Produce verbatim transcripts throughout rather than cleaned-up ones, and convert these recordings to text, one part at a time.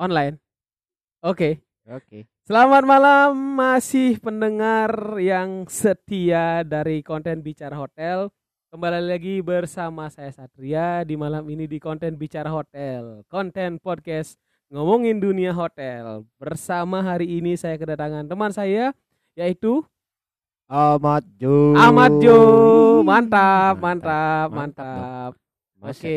Online. Oke. Oke. Selamat malam masih pendengar yang setia dari konten Bicara Hotel. Kembali lagi bersama saya Satria di malam ini di konten Bicara Hotel, konten podcast ngomongin dunia hotel. Bersama hari ini saya kedatangan teman saya yaitu Ahmad Jo. Ahmad Jo. Mantap, mantap, mantap. Masa Oke.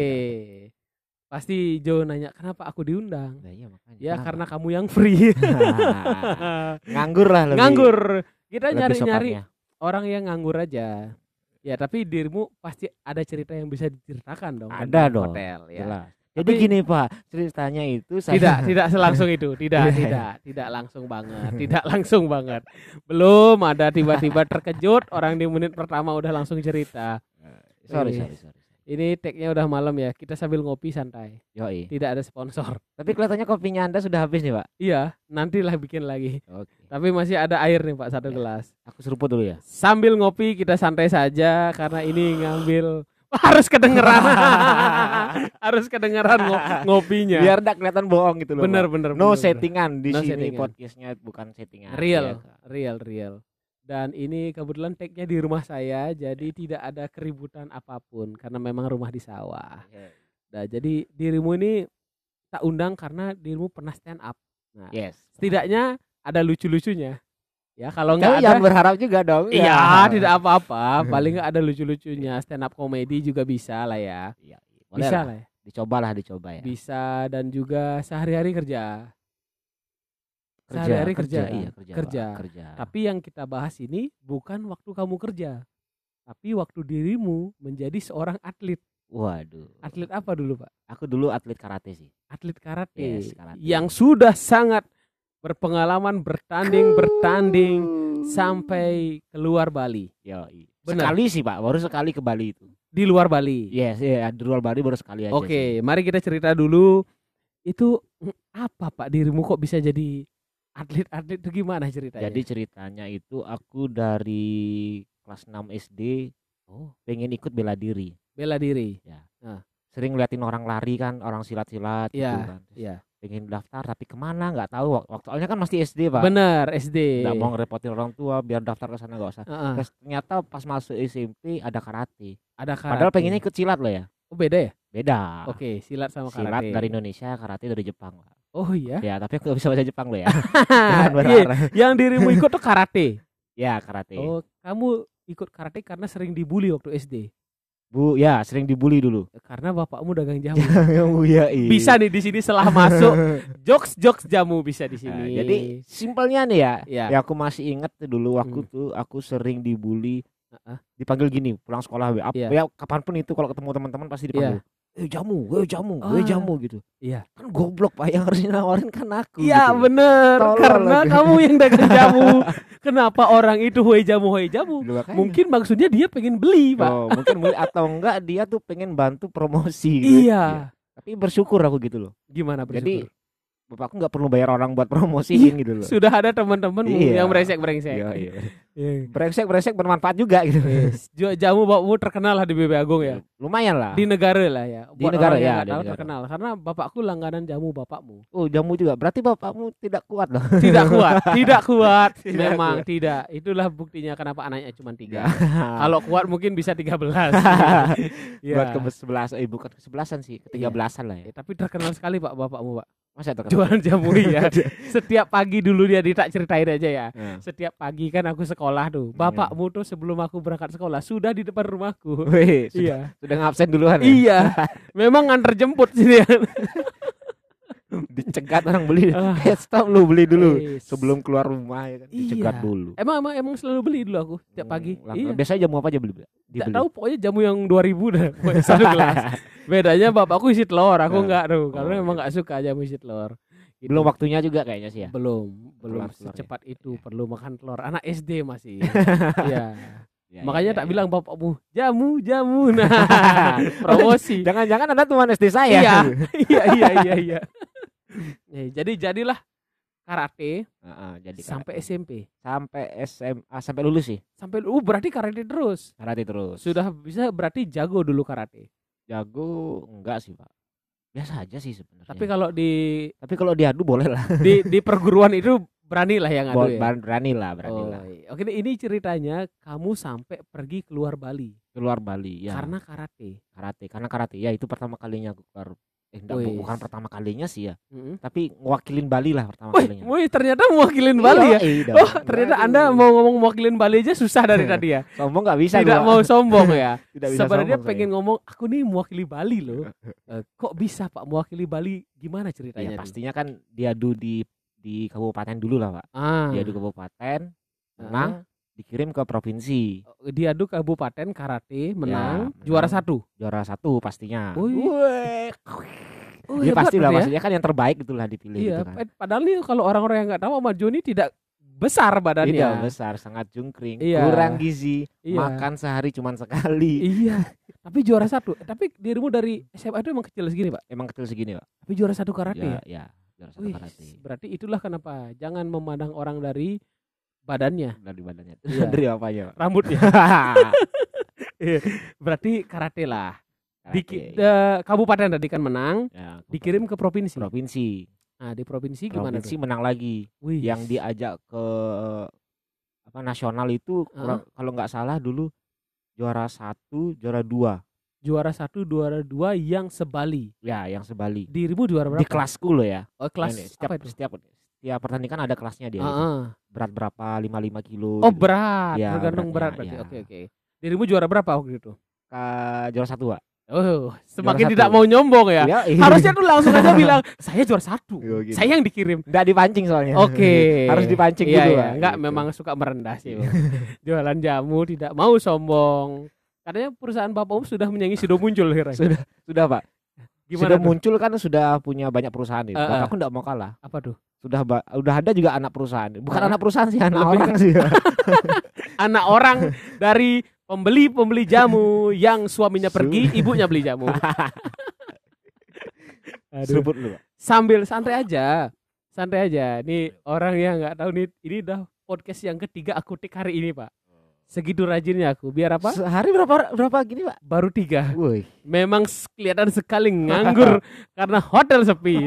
Pasti Jo nanya kenapa aku diundang? Nah, iya makanya. Ya Kenapa? karena kamu yang free. Nganggur lah lebih. Nganggur. Kita lebih nyari-nyari sopannya. orang yang nganggur aja. Ya tapi dirimu pasti ada cerita yang bisa diceritakan dong. Ada tentang dong. Hotel ya. Jelas. Jadi Tapi- gini Pak, ceritanya itu saya Tidak, tidak selangsung itu. Tidak, Iya. tidak, tidak langsung banget. Tidak langsung banget. Belum ada tiba-tiba terkejut orang di menit pertama udah langsung cerita. sorry, Iya. sorry, sorry. Ini tag-nya udah malam ya. Kita sambil ngopi santai. Yoi. Tidak ada sponsor. Tapi kelihatannya kopinya Anda sudah habis nih, Pak. Iya, nantilah bikin lagi. Oke. Tapi masih ada air nih Pak, satu Ya. gelas. Aku seruput dulu ya. Sambil ngopi kita santai saja karena ini ngambil harus kedengeran. Harus kedengeran ngo- ngopinya. Biar enggak kelihatan bohong gitu loh. bener Pak. bener. No bener. settingan di No sini settingan. podcastnya bukan settingan. Real, Ya, Kak. real, real. Dan ini kebetulan tag-nya di rumah saya, jadi tidak ada keributan apapun karena memang rumah di sawah. Ya. Nah, jadi dirimu ini tak undang karena dirimu pernah stand up. Nah, Yes. setidaknya ada lucu-lucunya. Ya, kalau Tapi nggak ada jangan berharap juga dong. iya, Ya. tidak apa-apa. Paling nggak ada lucu-lucunya. Stand up comedy juga bisa lah ya. Iya, boleh Bisa lah. lah ya. Dicoba lah, dicoba ya. Bisa dan juga sehari-hari kerja. Kerja, Sehari-hari kerja, kan? iya, kerja, Kerja. Pak, kerja. Tapi yang kita bahas ini bukan waktu kamu kerja, tapi waktu dirimu menjadi seorang atlet. Waduh. Atlet apa dulu, Pak? Aku dulu atlet karate sih. Atlet karate. Yes, karate. Yang sudah sangat berpengalaman bertanding bertanding sampai keluar Bali. Yo, Benar. sekali sih Pak, baru sekali ke Bali itu. Di luar Bali. Yes, iya, di luar Bali baru sekali aja. Oke, sih. mari kita cerita dulu. Itu mm, apa Pak dirimu kok bisa jadi atlet-atlet itu gimana ceritanya? Jadi ceritanya itu aku dari kelas enam S D oh, pengen ikut bela diri. bela diri. Sering ngeliatin orang lari kan, orang silat-silat gitu Iya, kan. Terus iya. pengen daftar tapi kemana nggak tahu. Wak- Waktu awalnya kan masih S D Pak. Bener, S D. Nggak mau ngerepotin orang tua biar daftar ke sana nggak usah. Heeh, Terus ternyata pas masuk S M P ada karate. ada karate. Padahal pengennya ikut silat loh ya. Oh, beda ya? Beda. Oke, silat sama Silat karate. dari Indonesia, karate dari Jepang. Oh iya. Ya, tapi aku gak bisa bahasa Jepang loh ya. Iya, Jangan berharap. yang dirimu ikut tuh karate. Ya, karate. Oh, kamu ikut karate karena sering dibully waktu S D. Bu, ya sering dibully dulu. Karena bapakmu dagang jamu. Yang ya, Bisa nih di sini setelah masuk jokes-jokes jamu bisa di Nah, sini. jadi simpelnya nih ya, Iya. ya aku masih inget tuh dulu waktu Hmm. tuh aku sering dibully, Heeh. dipanggil gini pulang sekolah, ap- Iya. ya kapanpun itu kalau ketemu teman-teman pasti dipanggil, eh jamu, eh jamu, Ah. eh jamu gitu. Iya. Kan goblok Pak, yang harusnya nawarin kan aku. Iya gitu. bener. Tolol Karena lagi. kamu yang dagang jamu. Kenapa orang itu hoi jamu hoi jamu? Dulu makanya. Mungkin maksudnya dia pengen beli, Pak. Oh, mungkin mulai atau enggak dia tuh pengen bantu promosi. gitu. Iya. Tapi bersyukur aku gitu loh. Gimana bersyukur? Jadi bapakku nggak perlu bayar orang buat promosiin gitu loh. Sudah ada teman-temanmu Iya. yang brengsek-brengsek. Iya, iya. Iya. Brengsek brengsek bermanfaat juga gitu. Yes. Ju- Jamu bapakmu terkenal lah di B B Agung ya. Lumayan lah. Di negara lah ya. Di Buat negara, orang yang ya, nggak di tahu negara. terkenal karena bapakku langganan jamu bapakmu. Oh jamu juga. Berarti bapakmu tidak kuat loh. Tidak kuat, tidak kuat. Tidak Memang kuat. tidak. Itulah buktinya kenapa anaknya cuma tiga. Kalau kuat mungkin bisa tiga belas. Buat ke sebelas, eh bukan ke sebelasan sih, ke tiga belasan lah ya. Eh, tapi terkenal sekali Pak bapakmu Pak. Masa itu Jualan jamu ya. Setiap pagi dulu dia ditak ceritain aja ya. Nah. Setiap pagi kan aku sekolah tuh. Bapakmu tuh sebelum aku berangkat sekolah sudah di depan rumahku. Wih, sudah, Iya. sudah ngabsen duluan ya. Iya. Memang nganter jemput sini. Dicegat orang beli. Ah. Eh, stop lu beli dulu Yes. sebelum keluar rumah ya kan. Dicegat Iya. dulu. Emang emang emang selalu beli dulu aku tiap pagi. Hmm, lang- Iya. Biasanya jamu apa aja beli? Tidak Dibeli. tahu pokoknya jamu yang dua ribu dah. Pokoknya satu gelas. Bedanya bapakku isi telur, aku Nah. enggak tuh. Karena Oh, memang iya. enggak suka jamu isi telur. Gitu. Belum waktunya juga kayaknya sih ya. belum belum Telur-telur ya. secepat itu Iya. perlu makan telur. Anak S D masih. Iya. Ya, Makanya ya, tak ya. bilang bapakmu jamu jamu. Nah, promosi. Jangan-jangan Anda teman S D saya. Iya. Iya iya iya iya. Eh, jadi jadilah karate Heeh, jadi sampai karate. S M P. sampai S M A sampai lulus sih. Sampai uh berarti karate terus. Karate terus. Sudah bisa berarti jago dulu karate. jago enggak sih, Pak. Biasa aja sih sebenarnya. Tapi kalau di Tapi kalau diadu boleh lah. di di perguruan itu berani lah yang adu Bo- ya. Berani lah, berani Oh, lah. iya. Oke, ini ceritanya kamu sampai pergi keluar Bali Keluar Bali ya. karena karate. karate, karena karate ya itu pertama kalinya aku keluar. Eh, enggak, bu- Wih. bukan pertama kalinya sih ya. Mm-mm. Tapi ngewakilin Bali lah pertama Wih, kalinya. wih, ternyata mewakilin Bali ya. Iya, Oh, ternyata Anda mau ngomong mewakilin Bali aja susah dari tadi ya. sombong nggak bisa. Tidak gua. mau sombong ya. Tidak bisa Sebenarnya sombong pengen saya. ngomong aku nih mewakili Bali loh. Eh, kok bisa Pak mewakili Bali? Gimana ceritanya? Ya tuh? pastinya kan diadu di di kabupaten dulu lah Pak. Ah, Diadu kabupaten, menang, dikirim ke provinsi. diadu kabupaten karate menang menang. juara satu. Juara satu pastinya. Wih. Wih. Oh, Ya hebat pastilah, berarti ya. maksudnya kan yang terbaik itulah dipilih Iya, gitu kan. eh, padahal nih kalau orang-orang yang nggak tahu sama Joni tidak besar badannya. Tidak besar, sangat jungkring, Iya. kurang gizi, Iya. makan sehari cuma sekali. Iya, tapi juara satu. Eh, Tapi dirimu dari S M A itu emang kecil segini, Pak? Emang kecil segini Pak. Tapi juara satu karate ya? Ya, ya, juara satu Wih, karate. berarti itulah kenapa jangan memandang orang dari badannya, Dari badannya. Iya. Dari apanya Pak? rambutnya. Iya, berarti karate lah. Di Karate. eh, kabupaten tadi kan menang, Ya, dikirim ke provinsi. provinsi. Nah, di provinsi gimana Provinsi tuh? menang lagi. Wih, Yang diajak ke apa nasional itu kurang- kalau nggak salah dulu juara satu, juara dua. juara satu, juara dua yang sebali. Ya, yang sebali. Dirimu juara berapa? Di kelasku loh ya. Oh, kelas Nah, ini, setiap apa itu? setiap setiap pertandingan ada kelasnya dia. Ah, itu. ah. Berat berapa? lima puluh lima kilo. Oh, gitu. berat, Ya, tergantung berat beratnya, berarti. ya. Oke, oke. Dirimu juara berapa waktu itu? Ka- juara satu Pak. Oh, semakin satu. tidak mau nyombong ya. Ya, iya. Harusnya tuh langsung aja bilang saya juara satu. Iya, gitu. Saya yang dikirim. Nggak dipancing soalnya. Oke. Harus dipancing iya, dulu, iya. Pak, Enggak, gitu. memang suka merendah sih. Bang. Jualan jamu tidak mau sombong. Katanya perusahaan Bapak Om sudah menyanyi sudah muncul sekarang. Sudah, sudah Pak. Gimana sudah tuh? muncul kan sudah punya banyak perusahaan itu. Uh, uh. Aku nggak mau kalah. Apa tuh? Sudah ba- udah ada juga anak perusahaan. Bukan Uh. anak perusahaan sih, anak Lebih orang sih. Anak orang dari pembeli-pembeli jamu yang suaminya Su- pergi, ibunya beli jamu. Aduh. Seruput lu Pak. Sambil santai aja. Santai aja. Nih orang yang nggak tahu nih, ini udah podcast yang ketiga aku tik hari ini, Pak. Segitu rajinnya aku. Biar apa? Sehari berapa berapa gini Pak? Baru tiga. Woi. Memang s- kelihatan sekali nganggur karena hotel sepi.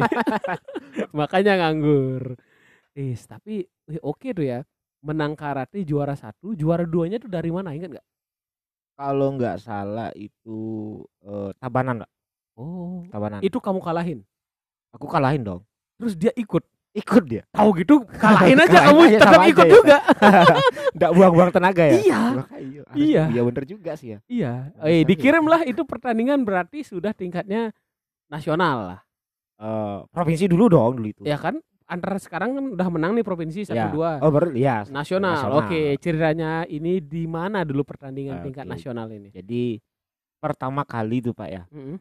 Makanya nganggur. Eh, tapi eh, oke tuh ya. Menang karate juara satu, juara duanya tuh dari mana? Ingat nggak? Kalau nggak salah itu eh, Tabanan Pak. Oh, Tabanan. itu kamu kalahin. Aku kalahin dong. Terus dia ikut. Ikut dia. Tahu gitu, kalahin aja Kalahin kamu aja, tetap sama ikut aja ya. juga. Nggak buang-buang tenaga ya? Iya. Wah, iya. harus- Iya. Iya bener juga sih ya. Iya. Bisa Eh, juga. dikirim lah itu pertandingan berarti sudah tingkatnya nasional lah. Eh, provinsi dulu dong dulu itu. Ya kan? Antara sekarang kan udah menang nih provinsi Ya. satu dua. Oh baru ya. Nasional. nasional. Oke, ceritanya ini di mana dulu pertandingan tingkat Oke. nasional ini? Jadi pertama kali tuh Pak ya. Mm-mm.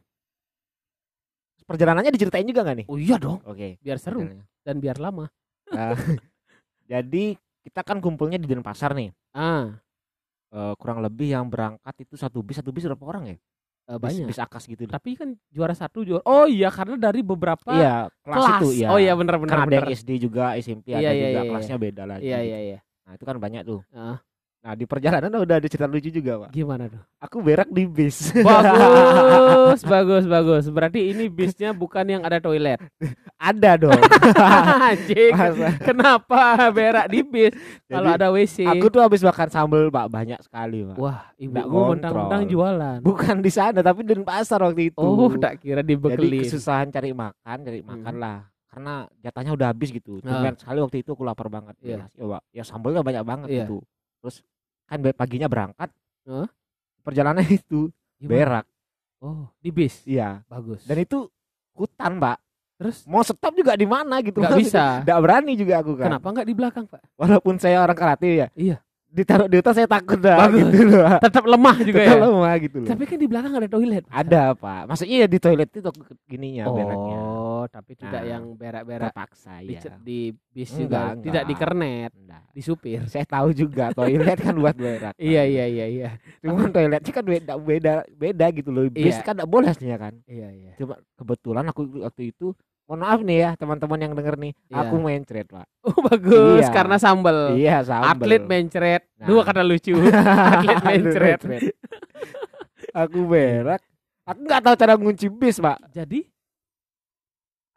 Perjalanannya diceritain juga nggak nih? Oh iya dong, Oke. biar seru perjalanannya. dan biar lama. Nah, jadi kita kan kumpulnya di Denpasar nih. Ah, Eh, kurang lebih yang berangkat itu satu bis, satu bis berapa orang ya? eh, Bis, banyak. bis Akas gitu. Tapi kan juara satu juara. Oh iya, karena dari beberapa Iya, kelas, kelas. itu ya. Oh iya benar benar Kan ada benar. yang S D juga, S M P Iya, ada iya, juga iya, kelasnya beda lagi. Iya gitu. iya iya. Nah, itu kan banyak tuh. Ah, Nah, di perjalanan udah ada cerita lucu juga, Pak. gimana tuh? Aku berak di bis. Bagus, bagus, bagus. Berarti ini bisnya bukan yang ada toilet. Ada dong. Anjing. Masa? Kenapa berak di bis kalau Jadi, ada W C? Aku tuh habis makan sambal, Pak, banyak sekali, Pak. Wah, Nggak ibumu mentang-mentang kontrol. jualan. Bukan di sana tapi di pasar waktu itu. Oh, tak kira Jadi dibekeli. kesusahan cari makan, cari makan Hmm. lah. Karena jatahnya udah habis gitu. Ah. Tumben sekali waktu itu aku lapar banget. Iya. Ya, Pak. Ya sambalnya banyak banget Iya. gitu. Terus kan be- paginya berangkat. Hah? Perjalanan itu Gimana? berak. Oh, di bis. Iya. Bagus. Dan itu hutan, Pak. Terus Mau stop juga di mana gitu. nggak bisa. Nggak berani juga aku kan. Kenapa nggak di belakang, Pak? Walaupun saya orang karate ya. Iya. Ditaruh di hutan saya takut dah Bagus. gitu loh. Tetap lemah juga Tetap ya. lemah gitu loh. Tapi kan di belakang ada toilet. Ada, Pak. Maksudnya ya di toilet itu gininya beraknya. Oh, tapi tidak Nah, yang berak-berak Terpaksa di, ya. di bis Enggak, juga, enggak. tidak di kernet, Enggak. di supir. Saya tahu juga toilet kan buat berak. Pak. Iya, iya, iya, iya. Cuman toiletnya kan beda beda beda gitu loh. Bis Iya. kan enggak boleh aslinya kan. Iya, iya. Cuma kebetulan aku waktu itu mohon maaf nih ya teman-teman yang denger nih, Iya. aku mencret, Pak. Oh, bagus Iya. karena sambel. Iya, sambel. Atlet mencret. Nah. Dua kata lucu. Atlet mencret. Mencret. Aku berak. Aku nggak tahu cara ngunci bis, Pak. Jadi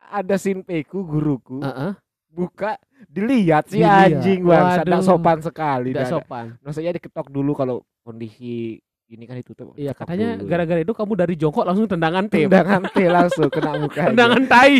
ada sinpeku guruku. Heeh. Buka dilihat si Dilihat. anjing bang, tidak Waduh. sopan sekali. Tidak Dan- sopan. Maksudnya diketok dulu kalau kondisi ini kan ditutup. Iya, ketok katanya dulu. gara-gara itu kamu dari jongkok langsung tendangan P. tendangan T langsung kena muka. Tendangan tai.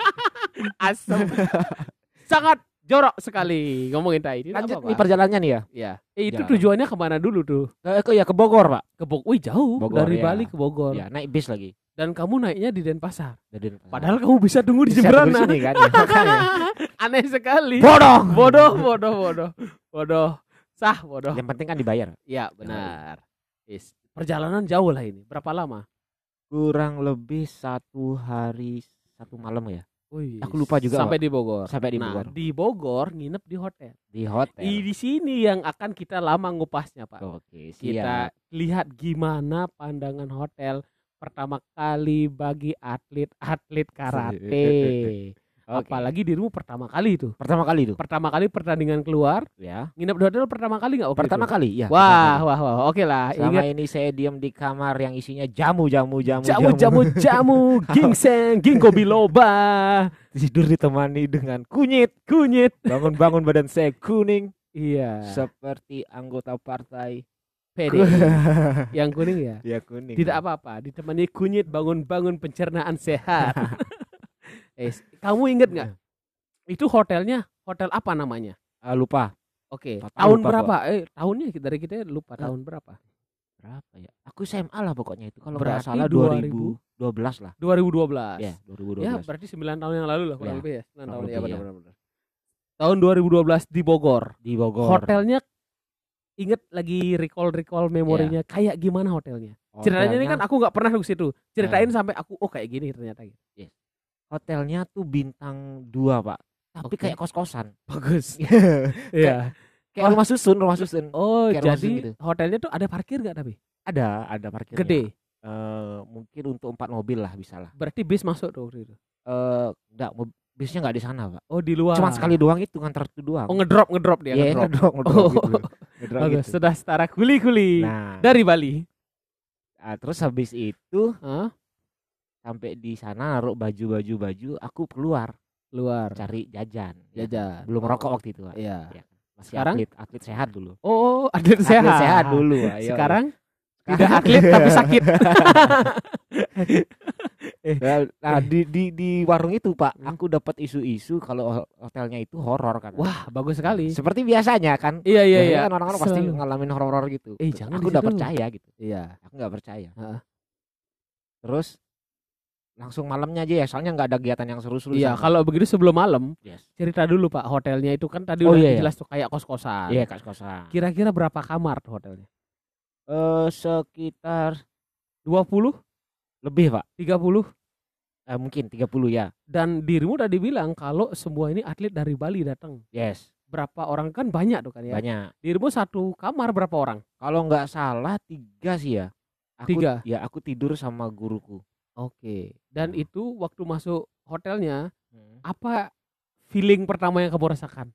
Asem. Sangat jorok sekali ngomongin tai. Tidak Lanjut apa-apa. nih perjalanannya nih ya. Ya. Eh, itu Jalan. tujuannya kemana dulu tuh? Eh, ke ya ke Bogor pak. Ke Bogor. Wih, jauh Bogor, dari ya. Bali ke Bogor. Ya naik bis lagi. Dan kamu naiknya di Denpasar. Dari Padahal kamu bisa tunggu di Bisa tunggu Jemberana. sini kan. Ya, makanya. Aneh sekali. Bodoh. Bodoh, bodoh, bodoh. Bodoh. Sah, bodoh. Yang penting kan dibayar. Ya, benar. Yes. Perjalanan jauh lah ini. Berapa lama? Kurang lebih satu hari satu malam ya. Wih, Aku lupa juga, sampai di Bogor. Sampai di Nah, Bogor. di Bogor nginep di hotel. Di hotel. Di, di sini yang akan kita lama ngupasnya, Pak. Oke, Kita siap. lihat gimana pandangan hotel pertama kali bagi atlet-atlet karate. Oke. Apalagi dirimu pertama kali itu. Pertama kali itu. Pertama kali pertandingan keluar, Ya. nginep di hotel pertama kali nggak? waktu Pertama itu? kali, ya. Wah, pertama kali. wah, wah. Oke lah. Selama Ingat ini saya diam di kamar yang isinya jamu, jamu, jamu, jamu, jamu, jamu, ginseng, ginkgo biloba, Tidur ditemani dengan kunyit. kunyit. Bangun-bangun badan saya kuning Iya. seperti anggota partai. P D I. Yang kuning ya. Ya kuning. Tidak apa-apa, ditemani kunyit, bangun-bangun pencernaan sehat. eh, kamu inget nggak? Itu hotelnya hotel apa namanya? Ah, lupa. Oke. Lupa, Tahun lupa, berapa? Eh, tahunnya dari kita lupa Ah. tahun berapa? Berapa ya? Aku S M A lah pokoknya itu. Kalau nggak Berarti salah dua ribu dua belas lah. dua ribu dua belas. Ya, dua ribu dua Ya, belas. berarti sembilan tahun yang lalu lah kurang Ya, lebih ya. sembilan tahun kurang ya lebih, ya. benar-benar. Tahun dua ribu dua belas di Bogor. Di Bogor. Hotelnya inget lagi recall-recall memorinya kayak gimana hotelnya? Ceritanya ini kan aku nggak pernah ke situ. Ceritain sampai aku oh kayak gini ternyata. hotelnya tuh bintang dua pak. Tapi Oke. kayak kos-kosan. Bagus. Iya. Kayak rumah susun, rumah susun. Oh, Kayak rumah jadi susun gitu. hotelnya tuh ada parkir nggak tapi? Ada, ada parkirnya. Gede. Eh, mungkin untuk empat mobil lah bisa lah. Berarti bis masuk tuh waktu itu. Eh, enggak, mob- bisnya nggak di sana pak. Oh, di luar. Cuma sekali doang itu ngantar itu doang. Oh, ngedrop ngedrop dia Iya, ngedrop. ngedrop, ngedrop Oh. gitu. Ngedrop Bagus, gitu. sudah setara kuli-kuli Nah, dari Bali. ah, terus habis itu Hah? sampai di sana naruh baju-baju baju, aku keluar Luar. cari jajan. ya kan. Jajan. Belum rokok waktu itu pak. Iya. Ya kan. Masih Sekarang? atlet, atlet sehat dulu. Oh, atlet Atlet sehat. sehat dulu. Pak. Iya, Sekarang iya. tidak atlet tapi sakit. Nah, nah, di di di warung itu pak, Hmm. aku dapat isu-isu kalau hotelnya itu horor kan. Wah, bagus sekali. Seperti biasanya kan. Iya, iya, Biasanya iya. kan orang-orang pasti Selalu. ngalamin horor gitu. Eh, jangan aku di nggak situ. percaya gitu. Iya. Aku nggak percaya. Heeh. Terus langsung malamnya aja ya, soalnya nggak ada kegiatan yang seru-seru. Iya, sana. kalau begitu sebelum malam, Yes. cerita dulu Pak, hotelnya itu kan tadi Oh, udah iya, iya. jelas tuh kayak kos-kosan. Iya kos kosan. Kira-kira berapa kamar tuh hotelnya? Eh sekitar dua puluh, lebih pak. tiga puluh? Eh, mungkin tiga puluh ya. Dan dirimu tadi bilang kalau semua ini atlet dari Bali datang. Yes. Berapa orang kan banyak tuh kan ya? Banyak. Dirimu satu kamar berapa orang? Kalau nggak salah tiga sih ya. Aku, Tiga? Ya aku tidur sama guruku. Oke. Dan itu waktu masuk hotelnya, Hmm. apa feeling pertama yang kamu rasakan?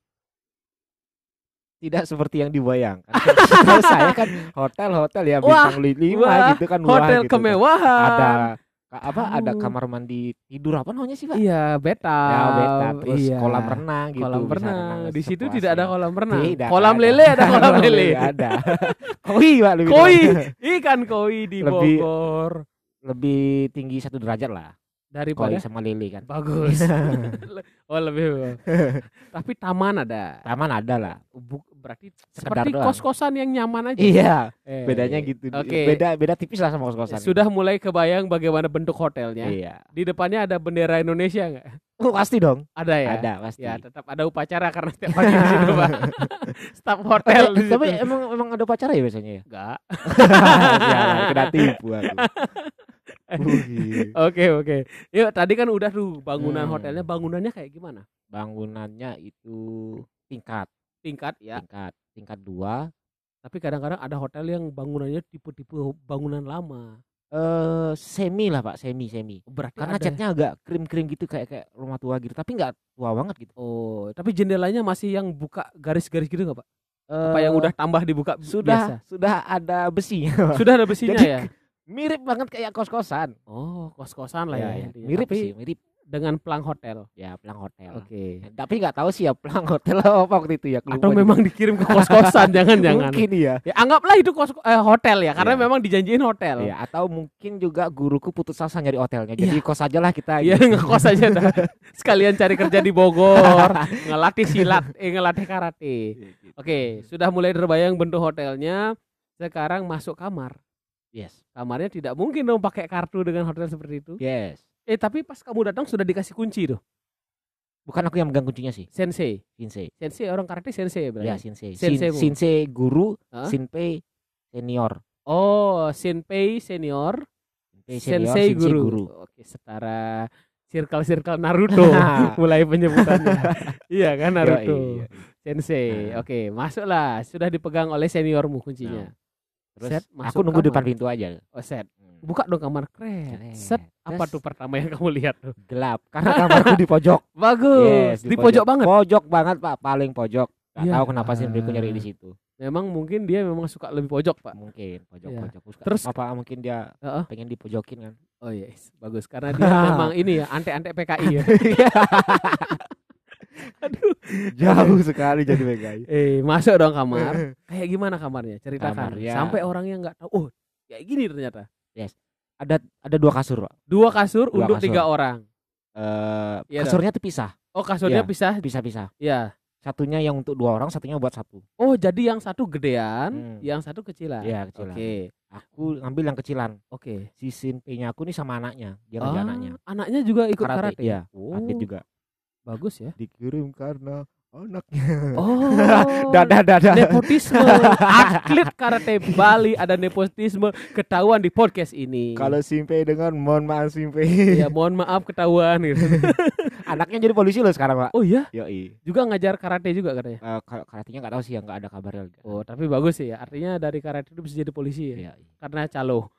Tidak seperti yang dibayangkan. Kalau saya kan hotel-hotel ya Wah, bintang lima wah, gitu kan. wah Hotel gitu kan. kemewahan. Ada ka- apa? Ada Kamu- kamar mandi tidur apa namanya sih pak? Iya, bathtub. Ya beta terus Iya. kolam renang gitu. Kolam bisa renang. renang Di situ sepuasnya. tidak ada kolam renang. Tidak Kolam ada. lele ada kolam lele. ada. Koi pak lebih Koi, tepatnya. ikan koi di Lebih- Bogor. Lebih tinggi satu derajat lah. Daripada Koi sama lele kan. bagus. Oh, lebih. Tapi taman ada. Taman ada lah. Bu- berarti Sekedar seperti doang. kos-kosan yang nyaman aja. Iya. Eh, Bedanya gitu. Oke. Beda beda tipis lah sama kos-kosan. Sudah mulai kebayang bagaimana bentuk hotelnya. Iya. Di depannya ada bendera Indonesia nggak? Oh pasti dong. Ada ya? Ada pasti. Ya, tetap ada upacara karena setiap pagi di situ, Pak. Staf hotel di situ. Tapi emang emang ada pacara ya biasanya ya? Enggak. Sialan, kena tipu aku. Wih. Oke, oke. Yuk, tadi kan udah tuh bangunan Hmm. hotelnya. Bangunannya kayak gimana? Bangunannya itu tingkat, Tingkat ya. tingkat, tingkat dua. Tapi kadang-kadang ada hotel yang bangunannya tipe-tipe bangunan lama. Eh semi lah pak, semi semi. Berarti Karena ada- catnya agak krim-krim gitu kayak kayak rumah tua gitu, tapi nggak tua banget gitu. Oh, tapi jendelanya masih yang buka garis-garis gitu nggak Pak? Apa Eh, yang udah tambah dibuka biasa? sudah sudah ada besinya. Pak. Sudah ada besinya Jadi, ya? Mirip banget kayak kos-kosan. Oh, kos-kosan lah ya, Ya, ya. intinya. Mirip Tapi sih, mirip. dengan pelang hotel. Ya, pelang hotel. Oke. Tapi nggak tahu sih ya pelang hotel apa waktu itu ya. Atau memang dikirim ke kos-kosan, jangan-jangan. Mungkin ya. Ya anggaplah itu kos eh, hotel ya, karena Iya. memang dijanjiin hotel. Ya, atau mungkin juga guruku putus asa nyari hotelnya. Jadi Iya. kos aja lah kita. Iya, gitu. ngekos aja dah. Sekalian cari kerja di Bogor, ngelatih silat, eh ngelatih karate. Gitu. Oke, sudah mulai terbayang bentuk hotelnya. Sekarang masuk kamar. Yes. Kamarnya tidak mungkin dong pakai kartu dengan hotel seperti itu. Yes. Eh tapi pas kamu datang sudah dikasih kunci tuh. Bukan aku yang megang kuncinya sih. Sensei. Sensei. Sensei orang karate sensei berarti. Ya, sensei. Sensei Sin, mu. sensei guru, Hah? Shinpei senior. Oh, senpei senior, Sensei senior, sensei sensei guru. guru. Oke, setara circle-circle Naruto mulai penyebutannya. Iya kan Naruto. Yoi, yoi. Sensei. Nah. Oke, masuklah. Sudah dipegang oleh seniormu kuncinya. Terus Set, masuk aku nunggu kamar. depan pintu aja. Oh, set. Hmm. Buka dong kamar. Keren. Keren. Set. Apa Terus- tuh pertama yang kamu lihat tuh? Gelap karena kamarku di pojok. Bagus. Yes, di pojok banget. Pojok banget, Pak, paling pojok. Gak Ya. tahu kenapa sih Shinpeiku nyari di situ. Memang mungkin dia memang suka lebih pojok, Pak. Mungkin pojok Iya. pojok. Terus- apa mungkin dia Heeh. pengen dipojokin kan. Oh yes, bagus karena dia memang ini ya antek-antek P K I ya. Aduh. Jauh sekali jadi P K I. Eh, masuk dong kamar. Kayak gimana kamarnya? Ceritakan. Kamarnya- Sampai orangnya nggak tahu. Oh, kayak gini ternyata. Ada ada dua kasur, Pak. Dua kasur Dua untuk kasur. tiga orang. Eh Iya kasurnya tuh pisah, Oh, kasurnya Iya. pisah. pisah-pisah. Ya. Satunya yang untuk dua orang, satunya buat satu. Oh, jadi yang satu gedean, Hmm. yang satu kecilan. Iya, kecilan. Oke. Aku ngambil yang kecilan. Oke. Si Shinpei-nya aku nih sama anaknya. Dia Ah, ngajar anaknya. anaknya juga ikut karate. Iya, Oh, atlet juga. bagus ya. Dikirim karena anaknya. Oh. Dadah dadah. Nepotisme. Atlet karate Bali ada nepotisme ketahuan di podcast ini. Kalau Shinpei dengan mohon maaf Shinpei. ya mohon maaf ketahuan gitu. Anaknya jadi polisi loh sekarang, Pak. Oh iya, Yoi. juga ngajar karate juga katanya. Eh, kalau karatenya nggak tahu sih ya, nggak ada kabarnya. Oh, tapi bagus sih ya. Artinya dari karate itu bisa jadi polisi ya. Iya. Karena calo.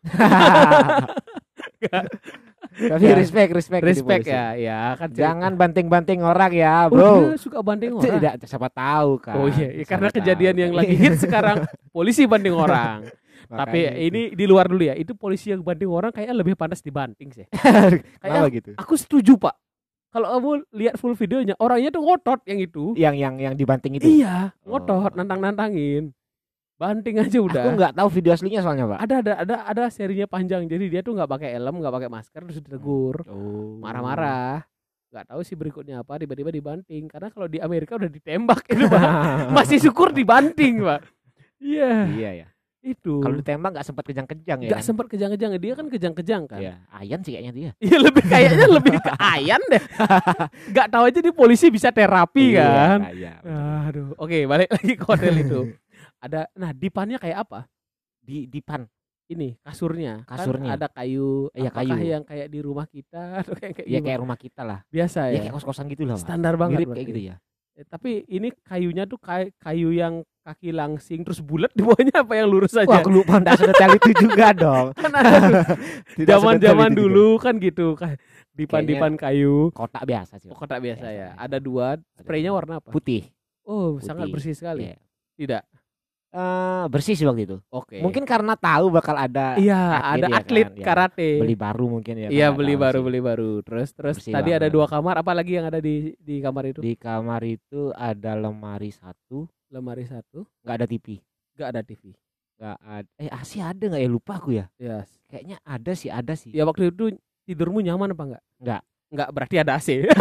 Tapi Ya. respect, respect, jadi Respect polisi. ya. Ya, kan cerita. Jangan banting-banting orang ya, Oh, bro. dia suka banding orang. Tidak, siapa tahu kan. Oh iya, ya, Siapa karena tahu. kejadian yang lagi hit sekarang polisi banding orang. Tapi Makanya itu. ini di luar dulu ya. Itu polisi yang banding orang kayaknya lebih pantas dibanting sih. Kenapa gitu? Aku setuju, Pak. Kalau kamu lihat full videonya, orangnya tuh ngotot yang itu. Yang yang yang dibanting itu. Iya, ngotot, Oh. nantang-nantangin. Banting aja udah. Aku nggak tahu video aslinya soalnya, Pak. Ada ada ada ada serinya panjang. Jadi dia tuh nggak pakai helm, nggak pakai masker, terus ditegur, Oh. marah-marah. Nggak tahu sih berikutnya apa, tiba-tiba dibanting. Karena kalau di Amerika udah ditembak itu, Pak. Masih syukur dibanting, Pak. Iya, Iya ya. itu. Kalau ditembak nggak sempat kejang-kejang ya. Nggak kan? sempat kejang-kejang, dia kan kejang-kejang kan. Iya, Ayan sih kayaknya dia. Iya lebih kayaknya lebih ke Ayan deh. Nggak tahu aja di polisi bisa terapi kan. Iya, Aduh, oke balik lagi ke hotel itu. Ada, nah dipannya kayak apa? di dipan. Ini kasurnya. Kasurnya. Kan ada kayu. Iya, Apakah kayu. yang kayak di rumah kita atau kayak kayak Ya gimana? kayak rumah kita lah. Biasa Ya ya. kayak kos-kosan gitu lah, Pak. Standar banget Mirip berarti. kayak gitu ya. Eh, tapi ini kayunya tuh kayak kayu yang kaki langsing terus bulat di bawahnya apa yang lurus Wah, aja? aku lupa enggak sedetail itu juga dong. Kan ada tuh. Tidak Zaman-zaman sedetail itu dulu kan gitu, kayak dipan-dipan kayu. juga. Kotak biasa sih. Oh, kotak biasa Biasa, ya. biasa. Ada dua. Spraynya warna apa? Putih. Oh, Putih. sangat bersih sekali. Iya. Tidak. Eh, bersih sih waktu itu. Oke. Mungkin karena tahu bakal ada iya, ada ya atlet kan, ya. karate. Beli baru mungkin ya. Iya, kan, nggak beli tahu baru, sih. beli baru. Terus terus Bersih tadi ada banget. dua kamar, apa lagi yang ada di di kamar itu? Di kamar itu ada lemari satu, Lemari satu, nggak ada T V. enggak ada T V. Nggak ada. Eh, A C ada nggak ya? Lupa aku ya. Ya. Kayaknya ada sih, ada sih. Ya waktu itu tidurmu nyaman apa enggak? Nggak. Enggak, berarti ada A C.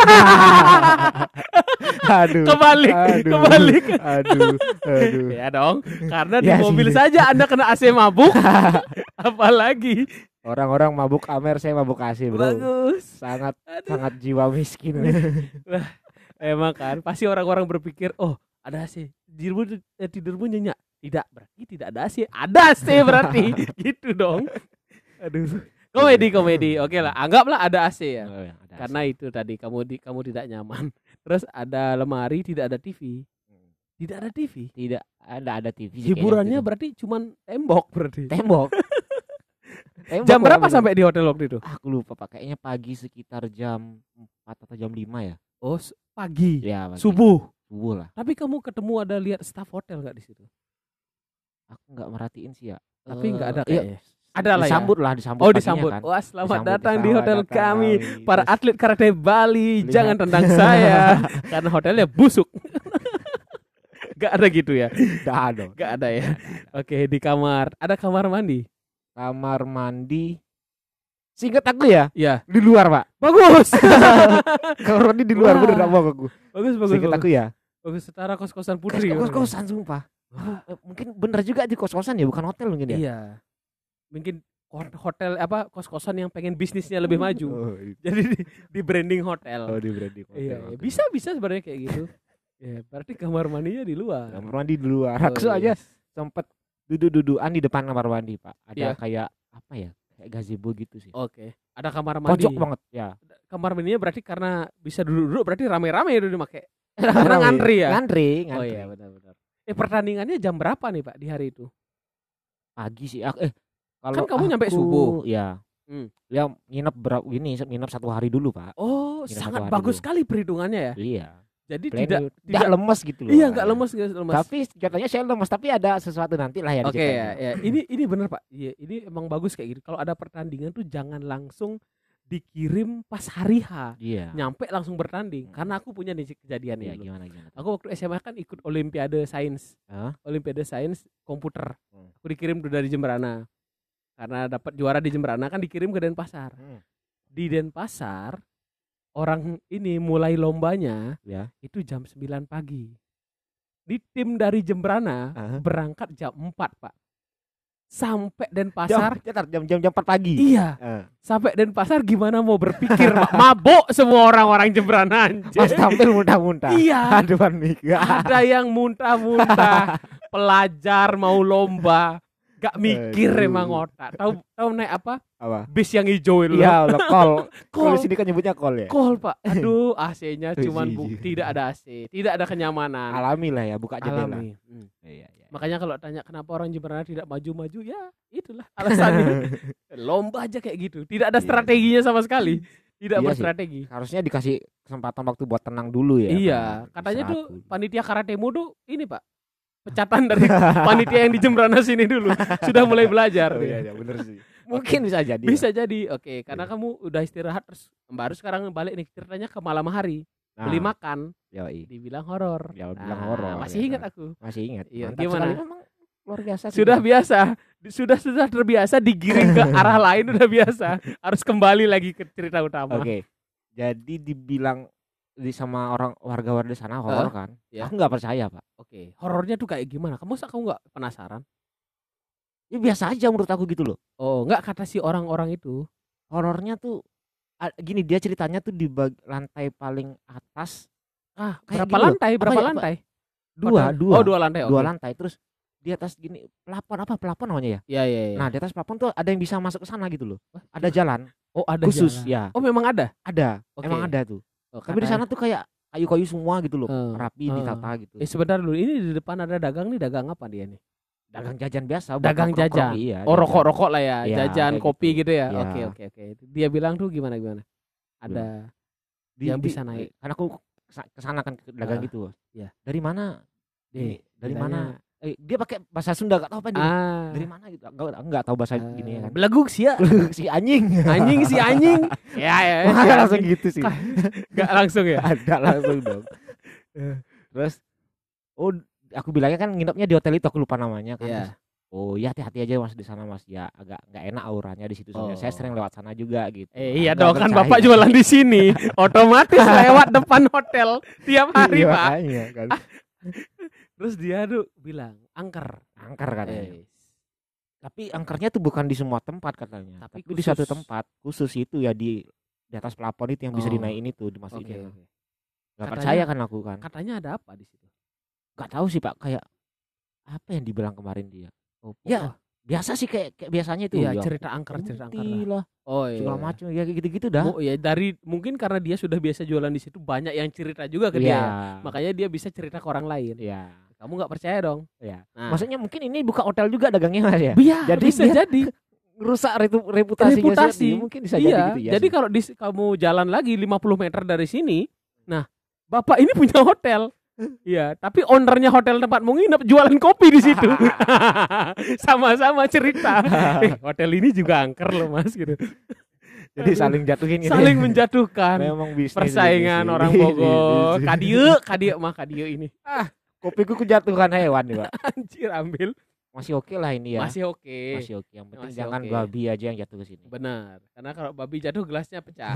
Aduh. Kebalik, Aduh. kebalik. Aduh. Aduh. Ya dong, karena di Ya sih. mobil saja Anda kena A C mabuk. Apalagi. Orang-orang mabuk Amer, saya mabuk A C, bro. Bagus. Sangat Aduh. sangat jiwa miskin. Emang kan pasti orang-orang berpikir, "Oh, ada A C. Tidurmu eh, tidurmu nyenyak." Tidak, berarti tidak ada A C. Ada A C berarti. Gitu dong. Aduh. Komedi, komedi. Oke lah, anggaplah ada A C ya. Oh, ya, ada Karena itu tadi kamu di, kamu tidak nyaman. Terus ada lemari, tidak ada T V. Tidak ada T V. tidak ada ada T V sih Hiburannya kayaknya berarti cuman tembok berarti. gitu. Tembok. Tembok Jam berapa bener-bener. sampai di hotel waktu itu? Aku lupa, Pak. Kayaknya pagi sekitar jam empat atau jam lima ya. Oh, s- pagi. Ya, pagi. Subuh. Subuh lah. Tapi kamu ketemu ada lihat staff hotel enggak di situ? Aku nggak merhatiin sih ya. Tapi Eh, nggak ada iya, kayaknya. Ada lah ya. Disambut lah, disambut. Oh paginya disambut. kan. Wah selamat Disambut, datang di selamat hotel datang kami, kami. para Terus atlet karate Bali. lihat. Jangan tendang saya karena hotelnya busuk. Gak ada gitu ya? Nggak ada. Gak ada ya. Nggak ada, nggak ada. Oke di kamar. Ada kamar mandi. Kamar mandi. Singkat aku ya, Ya. di luar pak. Bagus. Kamar mandi di luar, Wah. bener nggak bohong aku. bagus bagus. Singkat bagus. aku ya. Bagus setara kos-kosan putri. Kos kosan sumpah. Eh, Mungkin bener juga di kos kosan ya, bukan hotel mungkin ya. Iya. Mungkin ho- hotel apa kos-kosan yang pengen bisnisnya lebih maju. Oh, i- Jadi di, di branding hotel. oh, di branding hotel. Iya, iya. Oke. bisa bisa sebenarnya kayak gitu. Ya, berarti kamar mandinya di luar. Kamar mandi di luar. Oh, Aku aja yes. sempet duduk-dudukan di depan kamar mandi pak. Ada Iya. kayak apa ya? Kayak gazebo gitu sih. Oke. Ada kamar mandi. Pojok banget ya. Kamar mandinya berarti karena bisa duduk-duduk berarti rame-rame itu dipakai. Karena Rame. ngantri ya? Ngantri, Oh ngantri. iya benar-benar. Eh pertandingannya jam berapa nih Pak di hari itu? Pagi sih. Aku, eh kalau Kan kamu nyampe aku, subuh. Ya. Hmm. Ya nginep berapa gini, nginep satu hari dulu pak. Oh, Ini sangat satu hari bagus dulu. sekali perhitungannya ya. Iya. Jadi Plan tidak dulu. tidak Nggak lemes gitu loh. Iya, Pak, enggak ya. lemes enggak lemes. Tapi katanya saya lemes, tapi ada sesuatu nanti lah ya. Oke ya, ya. Ini ini benar Pak. Iya, ini emang bagus kayak gitu. Kalau ada pertandingan tuh jangan langsung dikirim pas hari H. Iya. Nyampe langsung bertanding. Hmm. Karena aku punya nih kejadian Iya, ya. gimana gimana. Aku waktu S M A kan ikut Olimpiade Sains. Hah? Olimpiade Sains komputer. Hmm. Aku dikirim tuh dari Jemberana. Karena dapat juara di Jemberana kan dikirim ke Denpasar. Hmm. Di Denpasar orang ini mulai lombanya Ya. itu jam sembilan pagi. Di tim dari Jemberana Hah? berangkat jam empat, Pak. Sampai Jam, Denpasar. cetar, jam jam jam empat pagi. Iya, Eh. sampai Denpasar gimana mau berpikir, Pak? Mabok semua orang-orang Jemberana anjir. Pas tampil muntah-muntah. Iya. Aduh panik. Ada yang muntah-muntah, pelajar mau lomba, gak mikir Aduh. emang otak. Tahu tahu naik apa? Apa? Bis yang hijau itu. Iya, lo kol. Kol. Kalau sini kan nyebutnya kol ya. Kol, Pak. Aduh, A C-nya Tuh, cuman sih, bu- sih. tidak ada A C, tidak ada kenyamanan. Alami lah ya, buka jendela. Alami. Hmm. Iya, iya. Makanya kalau tanya kenapa orang Jemberana tidak maju-maju, ya itulah alasannya. Lomba aja kayak gitu. Tidak ada Iya. strateginya sama sekali. Tidak Iya sih. berstrategi. Harusnya dikasih kesempatan waktu buat tenang dulu ya. Iya, Pak. katanya tuh Istirahat dulu. panitia karatemu tuh ini, Pak. Pecatan dari panitia yang di Jemberana sini dulu. Sudah mulai belajar. Oh, iya, iya, bener sih. Mungkin bisa jadi. Bisa ya. jadi. Oke, karena Iya. kamu udah istirahat terus baru sekarang balik nih ceritanya ke malam hari. Nah, Beli makan, yoi. dibilang horor. Ya, bilang Nah, horor, Masih ya ingat kan. aku. Masih ingat. Iya, Mantap gimana? sekali. Memang luar biasa sih. Sudah biasa, Di- sudah sudah terbiasa digiring ke arah lain udah biasa. Harus kembali lagi ke cerita utama. Oke. Jadi dibilang di sama orang warga-warga di sana horor kan? ya. Aku nggak percaya, Pak. Oke, horornya tuh kayak gimana? Kamu kamu nggak penasaran? Ya biasa aja menurut aku gitu loh. Oh, nggak kata si orang-orang itu. Horornya tuh a- gini, dia ceritanya tuh di bag- lantai paling atas. Ah, Kayak berapa gini loh. lantai? Apa Berapa ya, apa- lantai? Dua, Hotel- dua. Oh, dua lantai. Dua oke. lantai terus di atas gini pelapon apa pelapon namanya ya? Iya, iya, iya. Nah, di atas pelapon tuh ada yang bisa masuk ke sana gitu loh. Wah, Ada jalan oh, ada khusus jalan. ya. Oh, memang ada. Ada. Oke. Emang ada tuh. Oh, Tapi di kata- sana tuh kayak kayu-kayu semua gitu loh, Eh, rapi eh. ditata gitu. Eh sebentar dulu, ini di depan ada dagang nih, dagang apa dia nih? Dagang jajan biasa, buat Dagang nongkrong-nongkrong, jajan. Iya. Oh, jajan. rokok-rokok lah ya, Iya, jajan kayak kopi gitu. gitu ya. Iya. Oke, oke, oke. Dia bilang tuh gimana gimana? Ada Di- yang di- bisa naik. Karena aku kesa- kesana kan ke dagang Ah, gitu. iya. Dari mana? Nih, Ini, dari bilangnya, mana? Eh, dia pakai bahasa Sunda, gak tahu apa dia. Ah. Dari mana gitu? Enggak enggak tahu bahasa Ah, gini ya kan. Beleguk sih ya. Si anjing. Anjing si anjing. Ya ya. ya, Wah, si langsung anjing. gitu sih. Nggak langsung ya. Ada langsung dong. Terus oh, aku bilangnya kan nginepnya di hotel itu, aku lupa namanya kan. Iya. Terus, oh ya hati-hati aja Mas di sana Mas, ya agak nggak enak auranya di situ soalnya. Saya Oh. sering lewat sana juga gitu. Eh iya Nggak dong kan percaya. Bapak jualan di sini, otomatis lewat depan hotel tiap hari Iya, Pak. makanya kan. Terus dia tuh bilang angker. Angker katanya. Eh, Tapi angkernya tuh bukan di semua tempat katanya. Tapi Tapi, di satu khusus. tempat khusus itu ya di di atas pelapon itu yang bisa Oh. dinaikin itu Oke. dimasukin. oke. Gak Katanya- percaya kan aku kan. Katanya ada apa di situ? Gak tahu sih Pak, kayak apa yang dibilang kemarin dia. Oh, Ya, biasa sih kayak kayak biasanya itu. iya ya, cerita angker, cerita angker. putih lah. lah, Oh iya. segala macam ya kayak gitu-gitu dah. Oh ya dari mungkin karena dia sudah biasa jualan di situ banyak yang cerita juga ke Iya. dia. ya. Makanya dia bisa cerita ke orang lain. Iya. Kamu nggak percaya dong? Iya. Nah, Maksudnya mungkin ini buka hotel juga dagangnya Mas ya. biar jadi bisa dia- jadi. Rusak repu- reputasinya Reputasi. sendiri, mungkin bisa jadi Iya. gitu ya. Jadi sih. kalau di, kamu jalan lagi lima puluh meter dari sini, nah Bapak ini punya hotel. Iya, tapi ownernya hotel tempat mau nginep jualan kopi di situ. Sama-sama cerita. Eh, hotel ini juga angker loh Mas gitu. Jadi saling jatuhin gitu. Saling ya. menjatuhkan. Memang bisnis Persaingan bisnis. orang Bogor. Kadieu, kadieu mah kadieu ini. Ah, kopiku kejatuhan hewan nih, Pak. Anjir ambil. Masih oke lah ini ya. Masih oke. Masih oke. Yang penting Masih jangan oke. babi aja yang jatuh ke sini. Benar. Karena kalau babi jatuh gelasnya pecah.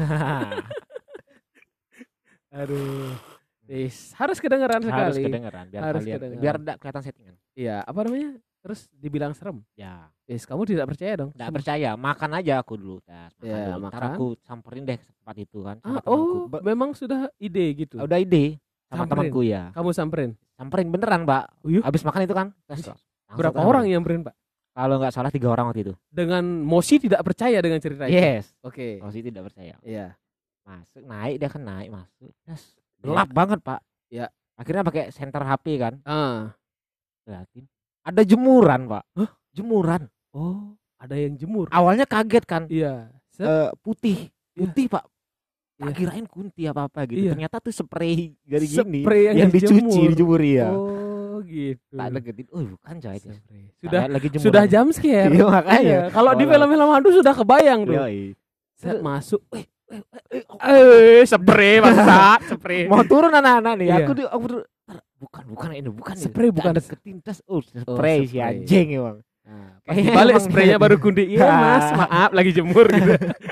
Aduh. Is, harus kedengeran sekali. Harus kedengeran biar Harus kalian kedengeran. biar enggak kelihatan settingan. Iya, apa namanya? Terus dibilang serem. Ya. Is, kamu tidak percaya dong? Enggak percaya, makan aja aku dulu. Tes, makan Ya, dulu. Ntar makan. aku samperin deh ke tempat itu kan sama Ah, temanku. oh, memang sudah ide gitu. Udah ide sama Samperin. temanku ya. Kamu samperin. Samperin beneran, Mbak. Oh, iya? Habis makan itu kan. Tes, Ih, langsung Berapa samperin. orang yang samperin, Pak? Kalau nggak salah tiga orang waktu itu. Dengan Mosi tidak percaya dengan cerita itu. Yes. Oke. Oh sih tidak percaya. Iya. Masuk naik dia kan naik masuk. Terus Iya. gelap banget, Pak. Ya. Akhirnya pakai senter H P kan. Ah. Liatin. Ada jemuran, Pak. Hah? Jemuran. Oh, ada yang jemur. Awalnya kaget kan. Iya. Set. Eh, putih. Iya. Putih, Pak. Tak Iya. kirain kunti apa-apa gitu. Iya. Ternyata tuh spray dari gini Spray yang yang dicuci, dijemur. dijemur ya. Oh, gitu. Tak deketin. Oh, bukan coy. itu. Spray. Tak Sudah lihat lagi jemuran. sudah jam scare. Iya, makanya. Iya, kalau di Walau. film-film hantu sudah kebayang tuh. Yoi. Set masuk. Eh, Eh, eh, oh, eh spray bangsa, spray. mau turun anak-anak nih. Iya. Aku di aku turun. Bukan, bukan ini, bukan ini. Spray bukan. Tak deketin tas. Oh, Oh, spray si spray. anjing emang. Nah, Kayaknya balik emang spraynya dia- baru kundi. Iya, Ah. Mas, maaf lagi jemur gitu.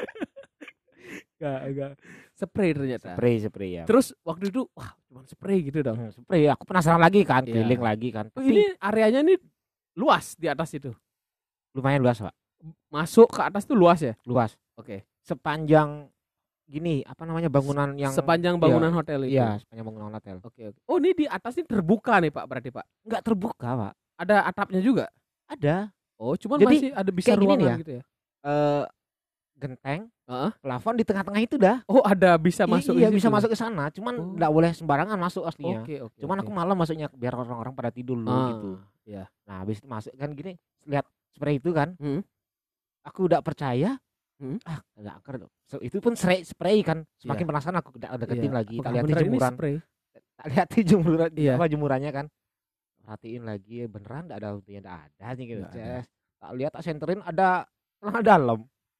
Enggak, enggak. Spray ternyata. Spray, spray ya. Terus waktu itu wah, cuma spray gitu dong. Hmm, spray. Aku penasaran lagi kan, Iya. keliling lagi kan. Oh, Tapi ini areanya nih luas di atas itu. lumayan luas, Pak. Masuk ke atas tuh luas ya? Luas. Oke. Sepanjang gini, apa namanya bangunan yang Sepanjang iya, bangunan hotel itu. Iya, sepanjang bangunan hotel. Oke, oke. Oh, ini di atas ini terbuka nih, Pak, berarti, Pak. Enggak terbuka, Pak. Ada atapnya juga? Ada. Oh, cuman Jadi, masih ada bisa kayak gini nih ruangan ya. gitu ya. Eh genteng, Heeh. plafon di tengah-tengah itu dah. Oh, ada bisa masuk iya, ke bisa situ? masuk ke sana, cuman Oh. enggak boleh sembarangan masuk aslinya. Oke, oke. Cuman oke. aku malam masuknya biar orang-orang pada tidur dulu Ah, gitu. iya. Nah, habis itu masuk kan gini, lihat spray itu kan. Hmm. Aku udah percaya. Hmm. Ah, enggak angker. So, itu pun spray, spray kan. Semakin Iya. penasaran aku udah deketin Iya. lagi. Tak Apakah lihat beneran ini jemuran. spray? Tak lihat jemuran Iya. apa jemurannya kan. Perhatiin lagi beneran enggak ada huntunya, enggak ada nih gitu. Nggak ada. Ces. Tak lihat tak senterin ada celana dalam.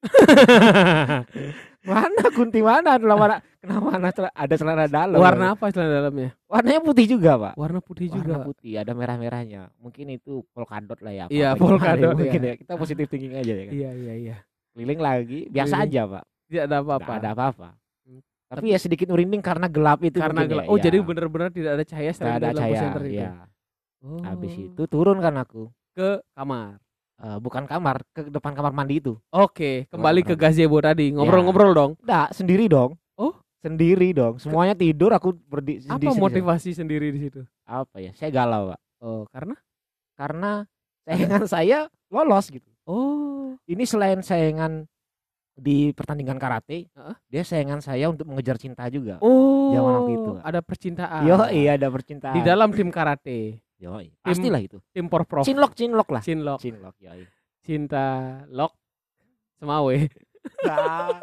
Mana kunti mana? Celana kenapa mana cel- ada celana dalam? Warna apa celana dalamnya? Warnanya putih juga, Pak. Warna putih Warna juga. putih, ada merah-merahnya. Mungkin itu polkadot lah ya. Iya, apa-apa gimana polkadot, ya, mungkin iya. ya. Kita positif thinking aja ya kan. Iya, iya, iya. Keliling lagi, biasa Keliling. aja, Pak. Tidak ada Nggak apa-apa. ada apa-apa. Hmm. Tapi ya sedikit merinding karena gelap itu Karena mungkin gelap. ya, Oh, iya. jadi benar-benar tidak ada cahaya Nggak selain ada dari lampu cahaya. senter itu. Iya. Oh. Habis itu turun kan aku. Ke kamar. Eh, bukan kamar, ke depan kamar mandi itu. Oke, kembali ke Ngobrol. gazebo tadi. Ngobrol-ngobrol dong. Enggak, sendiri dong. Oh? Sendiri dong. Semuanya tidur, aku berdiri Apa motivasi sendiri di situ? Apa ya? Saya galau, Pak. Oh, karena Karena saingan saya lolos gitu. oh, Ini selain saingan di pertandingan karate, Heeh. dia saingan saya untuk mengejar cinta juga. oh, Zaman waktu itu, Pak. ada percintaan. Yo, iya ada percintaan. Di dalam tim karate, Yo, pastilah itu. tim porprov. Cinlok, cinlok lah. Cinlok, Cinlok, yoi. cinta lok, semawe. Nah,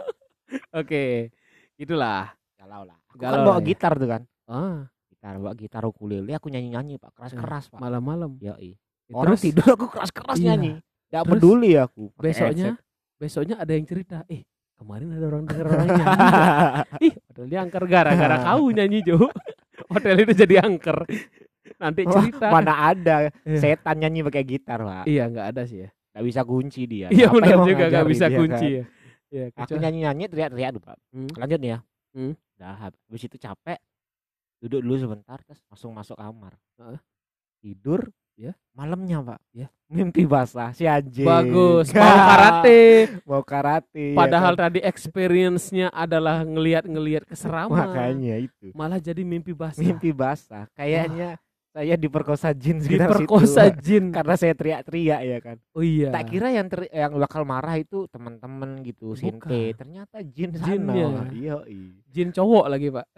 Oke, itulah. galau lah. Aku Galau kan bawa lah ya. gitar tuh kan. Ah, Gitar, bawa gitar ukulele, aku nyanyi-nyanyi, Pak. Keras-keras, Pak. malam-malam. Yoi. Ya, Orang terus tidur aku keras-keras Iya. nyanyi. Enggak Terus peduli aku. pakai besoknya, headset. besoknya ada yang cerita, eh kemarin ada orang denger orang nyanyi. Ih, hotel dia angker gara-gara kau nyanyi Jo. Hotel itu jadi angker. Nanti Wah, cerita. mana ada Iya. setan nyanyi pakai gitar, Pak. Iya, nggak ada sih ya. Nggak bisa kunci dia. Iya Siapa benar yang mau juga nggak ngajarin bisa dia, kunci kan? ya. Iya, Aku kecuali- nyanyi-nyanyi teriak-teriak tuh, Pak. Hmm. Lanjut nih ya. Hmm. Udah habis itu capek. Duduk dulu sebentar terus langsung masuk kamar. Heeh. Tidur Ya. Malamnya, Pak. Ya. Mimpi basah si anjing. Bagus, mau karate. Mau karate. ya Padahal kan? tadi experience-nya adalah ngelihat-ngelihat keseraman. makanya itu. Malah jadi mimpi basah. Mimpi basah. Kayaknya saya diperkosa jin sekitar Diperkosa situ. Pak. jin. Karena saya teriak-teriak ya kan. Oh iya. Tak kira yang ter- yang bakal marah itu teman-teman gitu, Bukan. Sinte. Ternyata jin sana. Jinnya. Pak. Iya, Jin cowok lagi, Pak.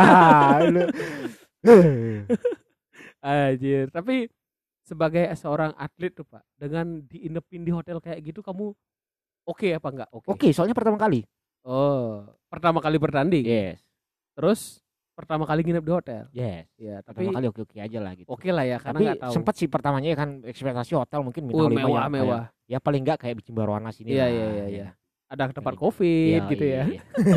Lu- Anjir. Tapi sebagai seorang atlet tuh, Pak, dengan diinepin di hotel kayak gitu kamu oke apa enggak? Oke. Oke, soalnya pertama kali. Oh, pertama kali bertanding. Yes. Terus pertama kali nginep di hotel. Yes. Ya, tapi Pertama kali oke-oke aja lah gitu. oke lah ya karena Tapi nggak tahu. sempat sih pertamanya kan ekspektasi hotel mungkin Oh, bintang lima mewah, ya. mewah. kayak- Ya paling enggak kayak bikin Baroana sini Iya, lah. iya, iya, ya. iya. Ada tempat Iya, covid iya, gitu ya. iya.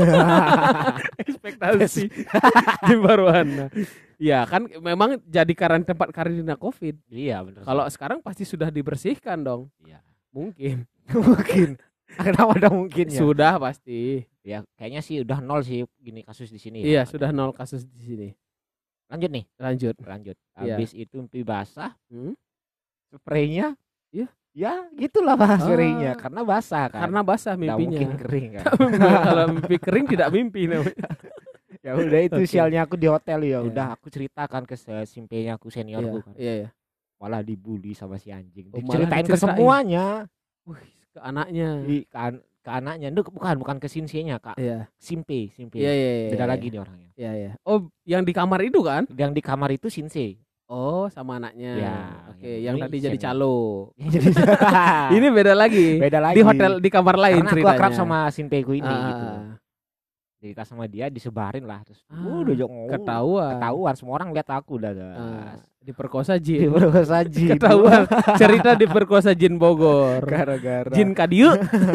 Ekspektasi di Baroana. Ya kan memang jadi karena tempat karantina covid. Iya, benar. Kalau sekarang pasti sudah dibersihkan dong. Iya. Mungkin. Mungkin. Kenapa ada mungkin ya? Sudah pasti. Ya kayaknya sih udah nol sih gini kasus di sini Iya, ya. sudah nol kasus di sini. Lanjut nih, Lanjut. lanjut. Iya. Habis itu mimpi basah, Hmm? spraynya. Iya. Ya, gitulah Pak Ah. spraynya karena basah kan. Karena basah Nggak mimpinya. mungkin kering kan. Kalau mimpi kering tidak mimpi namanya. Ya udah itu Oke. sialnya aku di hotel ya. Iya. Udah aku ceritakan ke se- simpenya aku Iya, seniorku kan. iya, iya. Malah dibully sama si anjing. Oh, malah Diceritain ke diceritain. semuanya. Wih, ke anaknya. Di ke, an- ke anaknya. Duh, bukan bukan ke sinsinya, Kak. Iya. Simpe, simpe. Iya, iya, iya. Beda iya. lagi nih orangnya. Iya, iya. Oh, yang di kamar itu kan? Yang di kamar itu sinse. Oh, sama anaknya. Ya, Oke, yang yang ini tadi jadi senior. calo. Jadi Ini beda lagi. beda lagi. Di hotel di kamar lain Karena aku ceritanya. akrab sama simpeku ini Ah, gitu. Cerita sama dia disebarin lah terus. Ah, udah jok ngomong. ketahuan. Ketahuan semua orang lihat aku udah. Ah, diperkosa jin. Diperkosa jin. Ketahuan cerita diperkosa jin Bogor. Gara-gara. Jin Kadiu.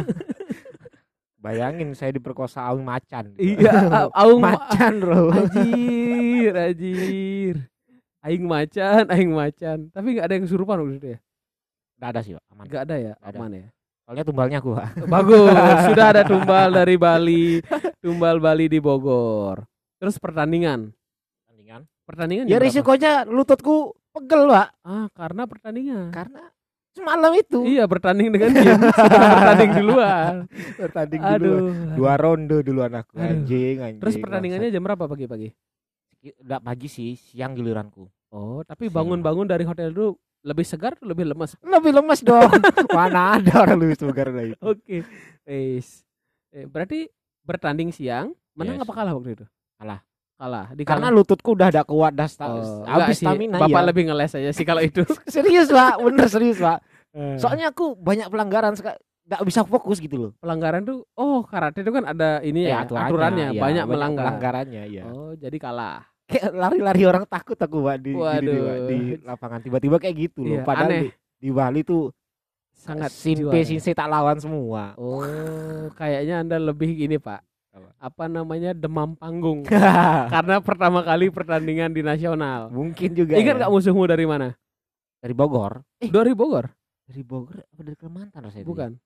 Bayangin saya diperkosa Aung Macan. Iya, Aung Macan, Bro. Anjir, anjir. Aing macan, aing macan. Tapi enggak ada yang kesurupan waktu itu ya? Enggak ada sih, Pak. Aman. Enggak ada ya? Nggak ada. Aman ya? Soalnya tumbalnya aku, Pak. Bagus, sudah ada tumbal dari Bali. Tumbal Bali di Bogor. Terus pertandingan. Pertandingan. Pertandingan Ya jam berapa? risikonya lututku pegel, Pak. Ah, karena pertandingan. Karena semalam itu Iya, bertanding dengan jin. Sudah bertanding duluan. bertanding Aduh. dulu. Dua ronde duluan aku. Aduh. Anjing, anjing. Terus pertandingannya jam berapa pagi-pagi? enggak pagi sih, siang giliranku. Oh, tapi Siang. bangun-bangun dari hotel dulu lebih segar atau lebih lemas? Lebih lemas dong. Mana ada orang lebih segar dari itu. Oke. Wes. Eh, berarti bertanding siang, menang Yes. apa kalah waktu itu? Kalah. Kalah. Di Karena lututku udah ada kuat dah sta- Oh, habis enggak sih, stamina Bapak ya. lebih ngeles aja sih kalau itu. Serius, Pak. Bener serius, Pak. Soalnya Soalnya aku banyak pelanggaran seka- nggak bisa fokus gitu loh. pelanggaran tuh, oh karate itu kan ada ini ya, aturannya, ya, banyak melanggar. pelanggarannya ya. Oh, jadi kalah. Kayak lari-lari orang takut aku, Pak, di, gini nih, Waduh. Pak, di lapangan tiba-tiba kayak gitu loh. Iya, Padahal aneh. di, di Bali tuh Sangat simpe juara. sinse tak lawan semua. Oh, kayaknya Anda lebih gini, Pak. Apa? Apa namanya? Demam panggung. Karena pertama kali pertandingan di nasional. Mungkin juga. Ingat ya. nggak musuhmu dari mana? Dari Bogor? Eh, Dari Bogor? dari Bogor apa dari Kalimantan rasanya? itu ya? Bukan.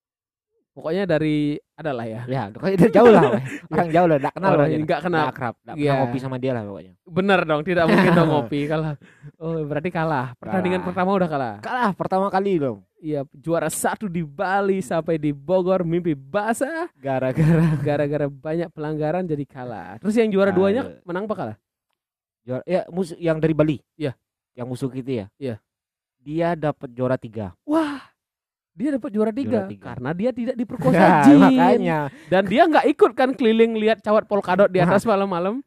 Pokoknya dari adalah ya. Ya, pokoknya dari jauh lah. Pak. Orang jauh lah, enggak kenal Orang pokoknya. nggak kenal. Nggak akrab, enggak Iya. pernah ngopi sama dia lah pokoknya. Bener dong, tidak mungkin dong ngopi kalah. Oh, berarti kalah. Pertandingan Kalah. pertama udah kalah. Kalah pertama kali dong. Iya, juara satu di Bali sampai di Bogor mimpi basah Gara-gara gara-gara banyak pelanggaran jadi kalah. Terus yang juara duanya Aduh. menang apa kalah? juara ya musuh yang dari Bali. Iya. Yang musuh gitu ya. Iya. Dia dapat juara tiga. Wah, dia dapat juara tiga, Juara tiga. karena dia tidak diperkosa Nah, jin. makanya Dan dia nggak ikut kan keliling lihat cawat polkadot di atas malam-malam.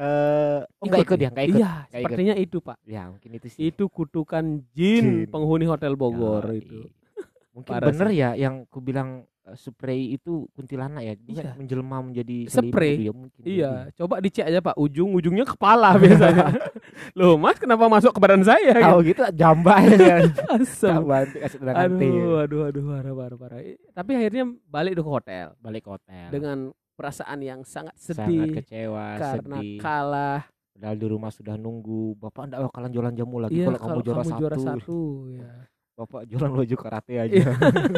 eh oh, enggak ikut ya, enggak ikut. Iya, Nggak ikut. sepertinya itu Pak. Ya, mungkin itu sih. Itu kutukan jin, Jin. penghuni hotel Bogor Ya, itu. i- Mungkin Parah bener ya yang ku bilang eh, spray itu kuntilanak ya. Dia Iya. menjelma menjadi Spray. selipi gitu ya, mungkin. Iya, coba dicek aja Pak, ujung-ujungnya kepala biasanya. Loh Mas, kenapa masuk ke badan saya? Tahu gitu jambak ya. Asem. Tak bantu kasih tenang nanti. Aduh, aduh, aduh, parah, parah, parah. Eh, Tapi akhirnya balik ke hotel Balik ke hotel. dengan perasaan yang sangat sangat sedih kecewa, karena sedih. kalah. Padahal di rumah sudah nunggu. Bapak enggak bakalan jualan jamu lagi Iya, kalau kamu juara satu. juara satu, ya. Bapak jualan baju karate aja. Iya.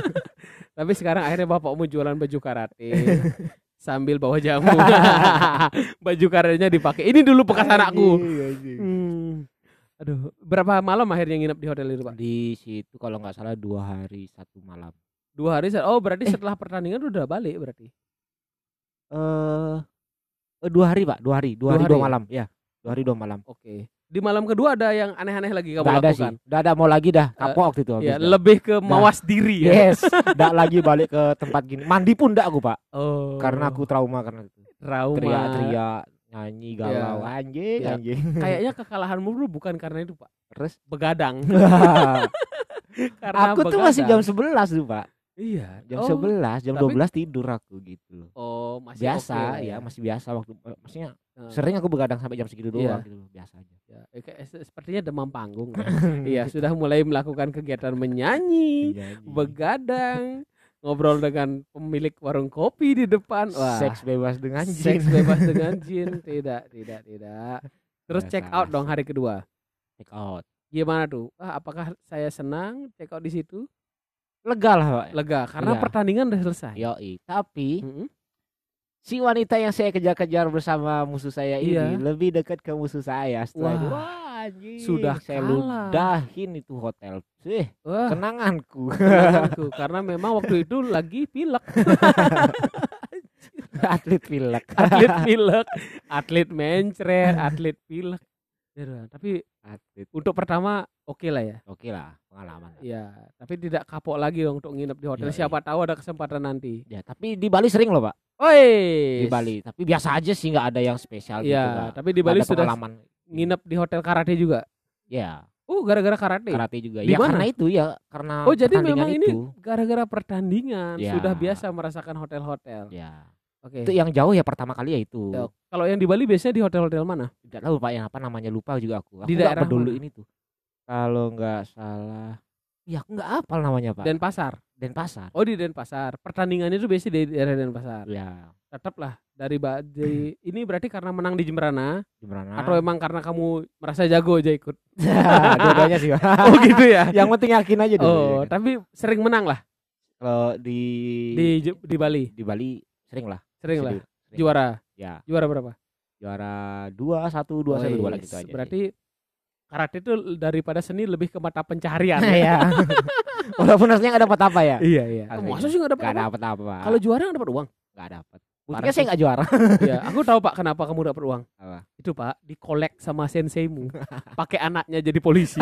Tapi sekarang akhirnya bapakmu jualan baju karate sambil bawa jamu. Baju karetnya dipakai. Ini dulu bekas anakku. Anjing, anjing. Hmm. Aduh, berapa malam akhirnya nginep di hotel itu, Pak? Di situ kalau nggak salah dua hari satu malam. Dua hari. se- Oh, berarti Eh. setelah pertandingan udah balik berarti. Eh eh, dua hari Pak, dua hari, dua, Dua hari, hari dua ya? malam, ya, dua hari dua malam. Oke. Di malam kedua ada yang aneh-aneh lagi kamu Nggak ada sih, lakukan? udah ada mau lagi dah, kapok waktu itu. habis Ya, dah. lebih ke mawas diri ya. Yes, nggak lagi balik ke tempat gini. Mandi pun nggak aku Pak, Oh. karena aku trauma karena itu. trauma. Teriak-teriak, nyanyi galau, Ya. anjing, Ya. anjing. Kayaknya kekalahanmu dulu bukan karena itu, Pak. Terus Begadang. Karena aku tuh masih jam begadang. sebelas tuh Pak. Iya. Jam Oh, sebelas, jam tapi- dua belas tidur aku gitu loh. Oh, masih Biasa oke lah ya, masih biasa waktu eh, maksudnya Heeh. sering aku begadang sampai jam segitu Iya. doang gitu loh, biasa aja. Ya, eh, kayak se- sepertinya demam panggung. Iya, sudah mulai melakukan kegiatan menyanyi, Penyanyi. begadang, ngobrol dengan pemilik warung kopi di depan. Wah, Seks bebas dengan jin. seks bebas dengan jin. Tidak, tidak, tidak. Terus Ya, check salah out dong sih. hari kedua. Check out. Gimana tuh? Ah, apakah saya senang check out di situ? Lega lah, Pak. Lega karena Iya. pertandingan udah selesai. Yoi, tapi Mm-mm. si wanita yang saya kejar-kejar bersama musuh saya Iya. ini lebih dekat ke musuh saya. Setelah itu, Wah, wah anjing, sudah saya kalah. ludahin itu hotel. Sih, Wah, kenanganku. kenanganku. Karena memang waktu itu lagi pilek. Atlet pilek. Atlet pilek, atlet mencret, atlet pilek. Ya, tapi Atlet. untuk pertama oke lah ya. Oke lah, pengalaman. Ya, tapi tidak kapok lagi dong untuk nginep di hotel. Yoi. Siapa tahu ada kesempatan nanti. Ya, tapi di Bali sering loh, Pak. Oi. Di Bali. Tapi biasa aja sih, nggak ada yang spesial gitu. Ya, nggak- tapi di nggak Bali ada sudah pengalaman. nginep di hotel karate juga. Ya, Oh, gara-gara karate. karate juga. Di Ya mana? karena itu ya, karena Oh, jadi pertandingan memang ini itu. gara-gara pertandingan Ya. sudah biasa merasakan hotel-hotel. Ya. Oke. Itu yang jauh ya pertama kali ya itu. Ya, kalau yang di Bali biasanya di hotel-hotel mana? Tidak tahu Pak yang apa namanya, lupa juga aku. Aku Di nggak daerah peduli mana? ini tuh. Kalau nggak salah, ya aku nggak hafal namanya Pak. Denpasar. Denpasar. Oh, di Denpasar. Pertandingannya itu biasanya di daerah Denpasar. Ya, Tetaplah dari ba- dari ini berarti karena menang di Jemberana di mana? atau emang karena kamu merasa jago aja ikut. Dua-duanya sih Pak. Oh, gitu ya. Yang penting yakin aja dulu. Oh, ya kan? tapi sering menang lah Kalau di di J- di Bali. di Bali sering lah. Sering lah. Sering. Juara. Ya, Juara berapa? juara dua satu dua satu dua Wih, lagi gitu aja. berarti karate itu daripada seni lebih ke mata pencaharian. ya. Walaupun aslinya nggak dapat apa ya. Iya, iya. Aslinya. Masa sih enggak dapat Nggak apa? dapat apa Pak. Kalau juara enggak dapat uang. nggak dapat. Parah Buktinya sih. saya nggak juara. Iya, aku tahu Pak kenapa kamu dapat uang. Apa? Itu Pak, dikolek sama senseimu. Pakai anaknya jadi polisi.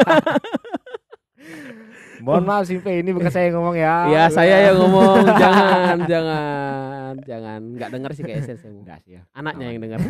Mohon maaf sih Pe, ini bukan saya yang ngomong ya. Iya, saya yang ngomong. Jangan, jangan, jangan. Enggak dengar sih kayak senseimu. Enggak sih ya. Anaknya Aman. yang dengar.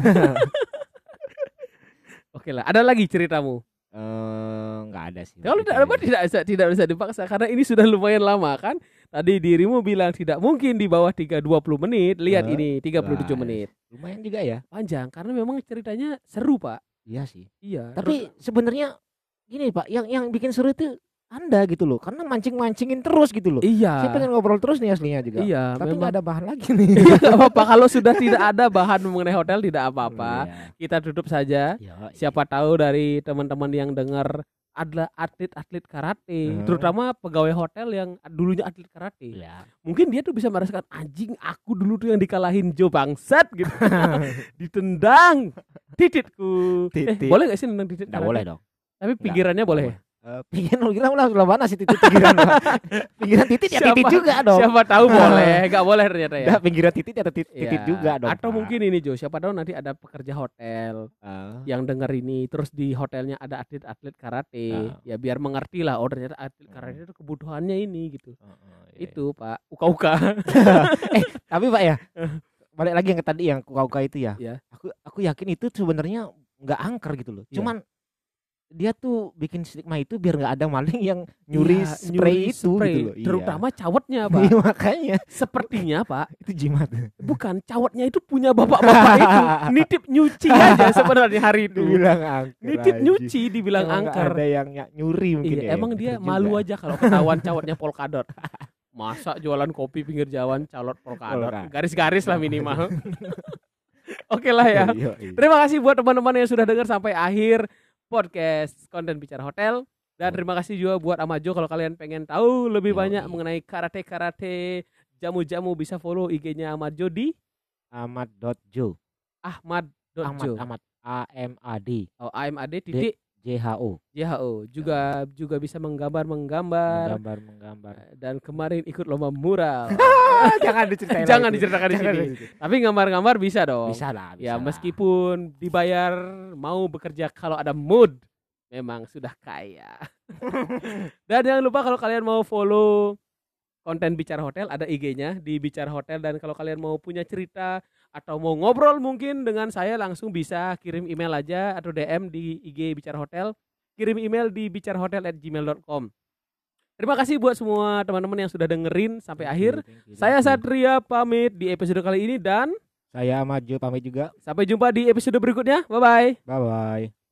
Oke lah, ada lagi ceritamu. Eh, nggak ada sih. Kalau Itu tidak apa aja. tidak bisa tidak bisa dipaksa karena ini sudah lumayan lama kan. Tadi dirimu bilang tidak mungkin di bawah tiga dua puluh menit. Lihat Eh, ini tiga puluh tujuh wah, menit. Lumayan juga ya. Panjang karena memang ceritanya seru, Pak. Iya sih. Iya. Tapi sebenarnya gini Pak, yang yang bikin seru itu Anda gitu loh, karena mancing-mancingin terus gitu loh. iya. Saya pengen ngobrol terus nih aslinya juga. Iya, Tapi memang. nggak ada bahan lagi nih. Enggak apa-apa kalau sudah tidak ada bahan mengenai hotel tidak apa-apa. Iya. Kita tutup saja. Ya, Siapa tahu dari teman-teman yang dengar adalah atlet-atlet karate, Hmm. terutama pegawai hotel yang dulunya atlet karate. iya. Mungkin dia tuh bisa merasakan anjing aku dulu tuh yang dikalahin Jo bangsat gitu. Ditendang tititku. Eh, Titit. boleh gak sih nendang titit? Nggak karate? boleh dong. Tapi pinggirannya boleh. ya? Eh, pinggiran lu kira ulah ulah mana sih titit pinggiran. Pinggiran titit ya titit Siapa- juga dong. Siapa tahu boleh, gak boleh ternyata ya. Nah, pinggiran titit ya titit, titit Iya. juga dong. Atau Pak. mungkin ini Jo, siapa tahu nanti ada pekerja hotel Ah, yang dengar ini terus di hotelnya ada atlet-atlet karate. Ah. Ya biar mengerti lah oh ternyata atlet karate itu kebutuhannya ini gitu. oh, oh, iya, Itu Pak, uka-uka. Tapi Pak ya, balik lagi yang ke tadi yang kuka-kuka itu ya. Iya. Aku aku yakin itu sebenarnya nggak angker gitu loh. Iya. Cuman dia tuh bikin stigma itu biar nggak ada maling yang nyuri Iya, spray nyuri itu spray. gitu loh. Iya. Terutama cawetnya Pak. Iya, makanya Sepertinya Pak, itu jimat. bukan cawetnya itu punya bapak-bapak itu nitip nyuci aja sebenarnya hari itu. Dibilang angker. Nitip anjing. nyuci dibilang Emang nggak angker. ada yang ny- nyuri mungkin Iya, ya. emang dia Bener malu juga. aja kalau ketahuan cawetnya polkadot. Masa jualan kopi pinggir jalan calot polkadot. Polka. Garis-garis lah minimal. Oke lah ya. Iya, iya. Terima kasih buat teman-teman yang sudah dengar sampai akhir podcast konten bicara hotel. Dan terima kasih juga buat Amajo kalau kalian pengen tahu lebih Yoi. banyak mengenai karate-karate, jamu-jamu bisa follow I G-nya Amajo di Ahmad.jo. Ahmad Ahmad Jo. Ahmad A M A D Oh, A M A D titik J H O. J H O. Juga juga bisa menggambar-menggambar. Menggambar menggambar. Dan kemarin ikut lomba mural. Jangan diceritain. Jangan lagi. diceritakan di Jangan sini. diceritain. Tapi gambar-gambar bisa dong. Bisa lah, bisa Ya lah. meskipun dibayar mau bekerja kalau ada mood memang sudah kaya. Dan jangan lupa kalau kalian mau follow konten Bicara Hotel ada I G-nya di Bicara Hotel dan kalau kalian mau punya cerita atau mau ngobrol mungkin dengan saya langsung bisa kirim email aja atau D M di I G Bicara Hotel. Kirim email di bicarahotel at gmail dot com. Terima kasih buat semua teman-teman yang sudah dengerin sampai Thank akhir. you, thank you, Saya thank you. Satria pamit di episode kali ini dan Saya Maju pamit juga. sampai jumpa di episode berikutnya. Bye bye. Bye bye.